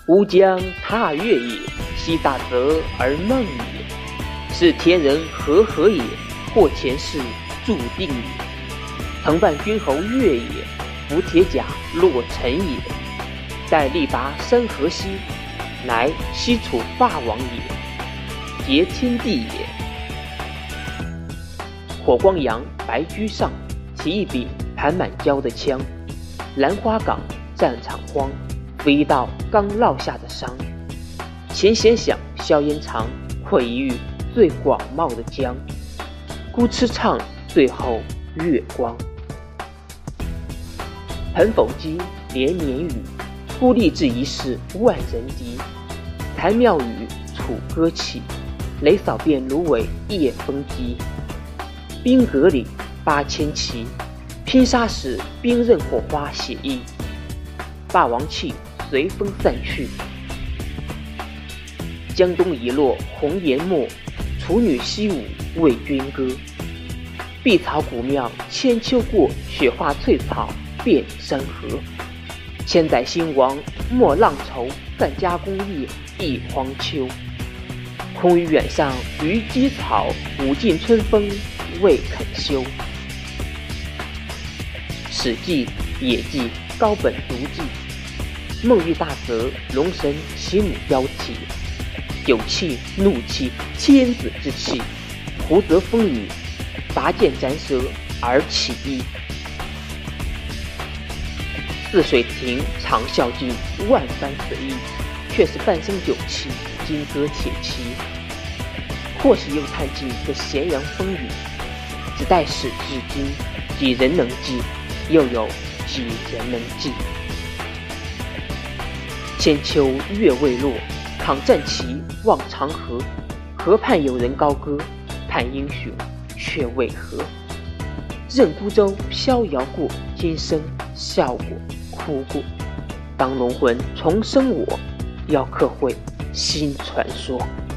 吾将踏月也，兮大泽而梦也。是天人和也，或前世注定也。曾伴君侯乐也，服铁甲落尘也。待力拔山河兮，乃西楚霸王也，桀天地也。火光扬，白驹上，起一柄盘满胶的枪。兰花岗，战场荒，飞到刚落下的伤。琴弦响，硝烟长，会一遇最广袤的江。孤痴唱，最后月光。盆否积，连年雨，孤立志一世万人敌。谈妙语，楚歌起，雷扫遍芦苇夜风急。兵戈里8000骑，拼杀时兵刃火花血溢。霸王气随风散去，江东一落红颜没，楚女西舞为君歌。碧草古庙千秋过，雪花翠草遍山河。千载兴亡莫浪愁，干家功业一荒丘。空余远上虞姬草，舞尽春风未肯休。史记、野记、高本独记，梦遇大泽，龙神其母妖体。酒气、怒气、千子之气，胡则风雨，拔剑斩蛇而起义。泗水亭长啸尽，万般死意，却是半生酒气，金戈铁骑。或是又叹尽这咸阳风雨，只待史至今，几人能记？又有几人能记？千秋月未落，倘战旗望长河。河畔有人高歌，叹英雄却为何？任孤舟飘摇过，今生笑过哭过。当龙魂重生我，要刻绘新传说。